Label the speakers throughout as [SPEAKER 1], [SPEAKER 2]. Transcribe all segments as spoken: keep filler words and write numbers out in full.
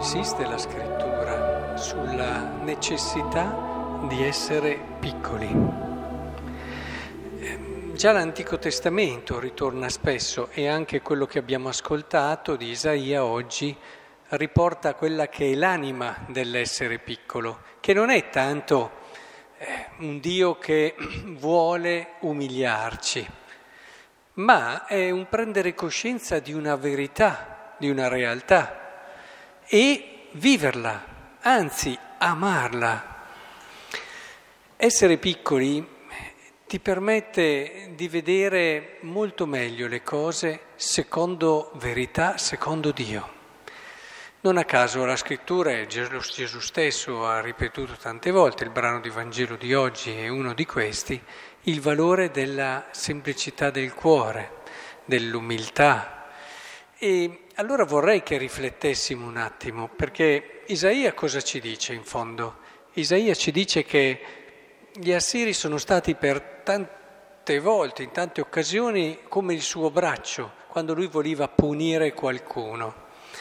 [SPEAKER 1] insiste la Scrittura sulla necessità di essere piccoli. Già l'Antico Testamento ritorna spesso, e anche quello che abbiamo ascoltato di Isaia oggi riporta quella che è l'anima dell'essere piccolo, che non è tanto eh, un Dio che vuole umiliarci, ma è un prendere coscienza di una verità, di una realtà e viverla, anzi amarla. Essere piccoli ti permette di vedere molto meglio le cose secondo verità, secondo Dio. Non a caso la Scrittura, Gesù stesso ha ripetuto tante volte, il brano di Vangelo di oggi è uno di questi, il valore della semplicità del cuore, dell'umiltà. E allora vorrei che riflettessimo un attimo, perché Isaia cosa ci dice in fondo? Isaia ci dice che gli assiri sono stati per tante volte, in tante occasioni, come il suo braccio, quando lui voleva punire qualcuno.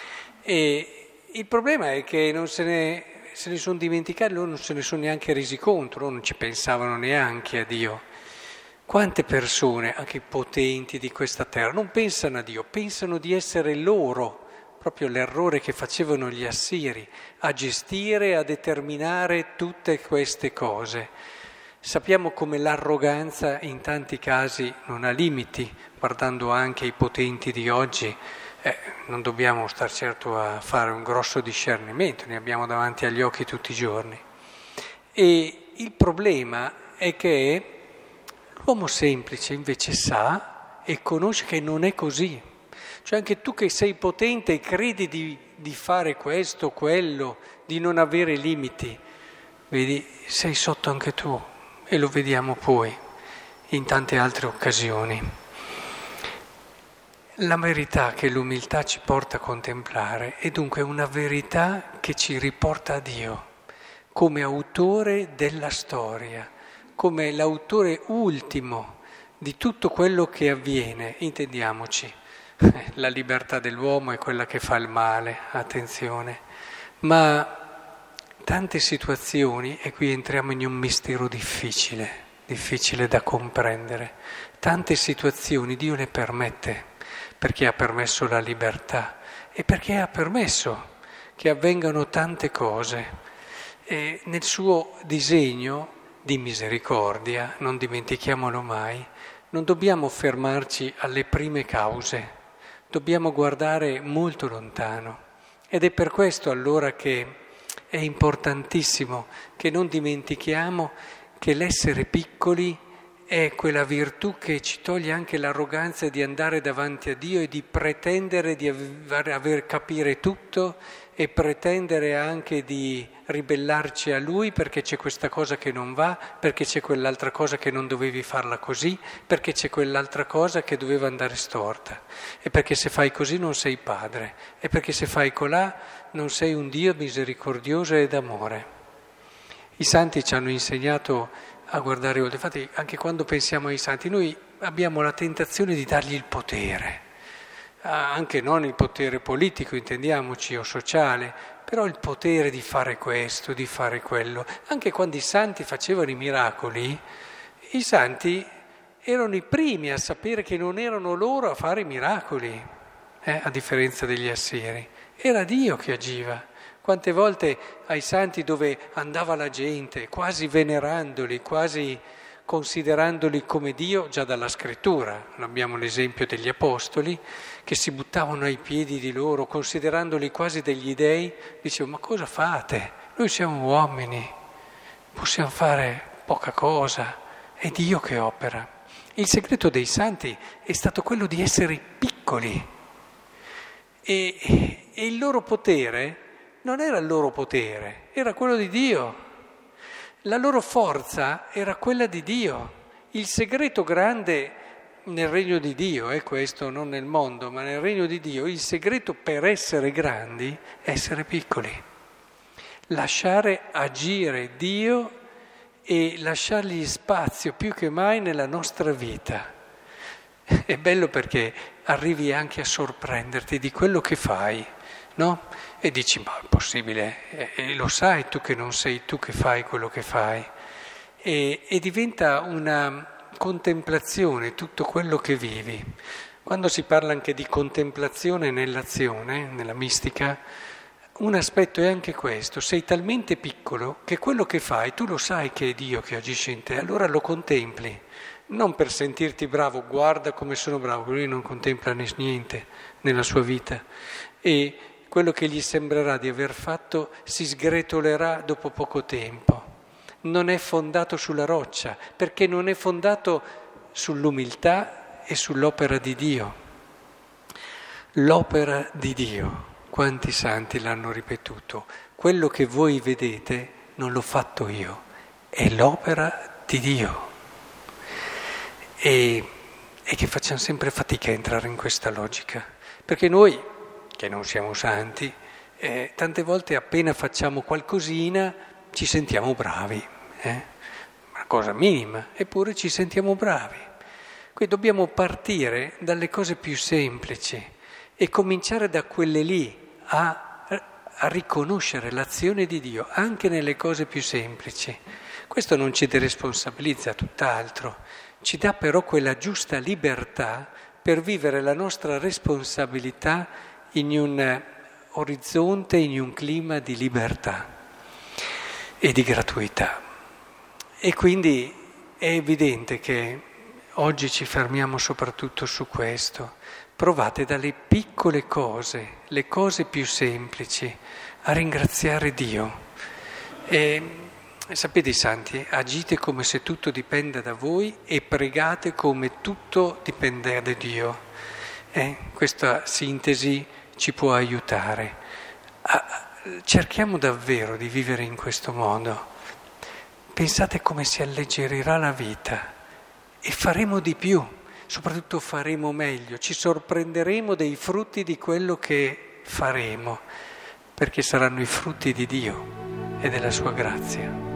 [SPEAKER 1] E il problema è che non se ne, se ne sono dimenticati, loro non se ne sono neanche resi conto, loro non ci pensavano neanche a Dio. Quante persone, anche i potenti di questa terra, non pensano a Dio, pensano di essere loro, proprio l'errore che facevano gli assiri, a gestire, a determinare tutte queste cose. Sappiamo come l'arroganza in tanti casi non ha limiti, guardando anche i potenti di oggi. Eh, non dobbiamo star certo a fare un grosso discernimento, ne abbiamo davanti agli occhi tutti i giorni. E il problema è che l'uomo semplice invece sa e conosce che non è così. Cioè anche tu che sei potente e credi di, di fare questo, quello, di non avere limiti, vedi, sei sotto anche tu e lo vediamo poi in tante altre occasioni. La verità che l'umiltà ci porta a contemplare è dunque una verità che ci riporta a Dio come autore della storia, come l'autore ultimo di tutto quello che avviene, intendiamoci. La libertà dell'uomo è quella che fa il male, attenzione, ma tante situazioni, e qui entriamo in un mistero difficile, difficile da comprendere, tante situazioni Dio le permette, perché ha permesso la libertà e perché ha permesso che avvengano tante cose. E nel suo disegno di misericordia, non dimentichiamolo mai, non dobbiamo fermarci alle prime cause, dobbiamo guardare molto lontano. Ed è per questo allora che è importantissimo che non dimentichiamo che l'essere piccoli è quella virtù che ci toglie anche l'arroganza di andare davanti a Dio e di pretendere di aver, aver capire tutto e pretendere anche di ribellarci a Lui perché c'è questa cosa che non va, perché c'è quell'altra cosa che non dovevi farla così, perché c'è quell'altra cosa che doveva andare storta, e perché se fai così non sei padre, e perché se fai colà non sei un Dio misericordioso e d'amore. I santi ci hanno insegnato a guardare oltre. Infatti anche quando pensiamo ai santi noi abbiamo la tentazione di dargli il potere, anche non il potere politico, intendiamoci, o sociale, però il potere di fare questo, di fare quello. Anche quando i santi facevano i miracoli, i santi erano i primi a sapere che non erano loro a fare i miracoli, eh, a differenza degli assiri. Era Dio che agiva. Quante volte ai santi dove andava la gente, quasi venerandoli, quasi considerandoli come Dio, già dalla Scrittura, abbiamo l'esempio degli Apostoli, che si buttavano ai piedi di loro, considerandoli quasi degli dei, dicevano: ma cosa fate? Noi siamo uomini, possiamo fare poca cosa, è Dio che opera. Il segreto dei santi è stato quello di essere piccoli e, e il loro potere non era il loro potere, era quello di Dio. La loro forza era quella di Dio. Il segreto grande nel regno di Dio è questo, non nel mondo, ma nel regno di Dio, il segreto per essere grandi è essere piccoli. Lasciare agire Dio e lasciargli spazio più che mai nella nostra vita. È bello perché arrivi anche a sorprenderti di quello che fai. no? E dici, ma è possibile, e, e lo sai tu che non sei tu che fai quello che fai. E, e diventa una contemplazione tutto quello che vivi. Quando si parla anche di contemplazione nell'azione, nella mistica, un aspetto è anche questo: sei talmente piccolo che quello che fai tu lo sai che è Dio che agisce in te, allora lo contempli, non per sentirti bravo, guarda come sono bravo, lui non contempla niente nella sua vita e quello che gli sembrerà di aver fatto si sgretolerà dopo poco tempo. Non è fondato sulla roccia, perché non è fondato sull'umiltà e sull'opera di Dio. L'opera di Dio, quanti santi l'hanno ripetuto, quello che voi vedete non l'ho fatto io, è l'opera di Dio. E, e che facciamo sempre fatica a entrare in questa logica, perché noi, che non siamo santi, eh, tante volte appena facciamo qualcosina ci sentiamo bravi, eh? Una cosa minima, eppure ci sentiamo bravi. Quindi dobbiamo partire dalle cose più semplici e cominciare da quelle lì a, a riconoscere l'azione di Dio anche nelle cose più semplici. Questo non ci deresponsabilizza, tutt'altro, ci dà però quella giusta libertà per vivere la nostra responsabilità in un orizzonte, in un clima di libertà e di gratuità. E quindi è evidente che oggi ci fermiamo soprattutto su questo. Provate dalle piccole cose, le cose più semplici, a ringraziare Dio. E sapete i santi, agite come se tutto dipenda da voi e pregate come tutto dipenda da Dio. Eh, questa sintesi ci può aiutare. Ah, cerchiamo davvero di vivere in questo modo. Pensate come si alleggerirà la vita e faremo di più, soprattutto faremo meglio, ci sorprenderemo dei frutti di quello che faremo, perché saranno i frutti di Dio e della sua grazia.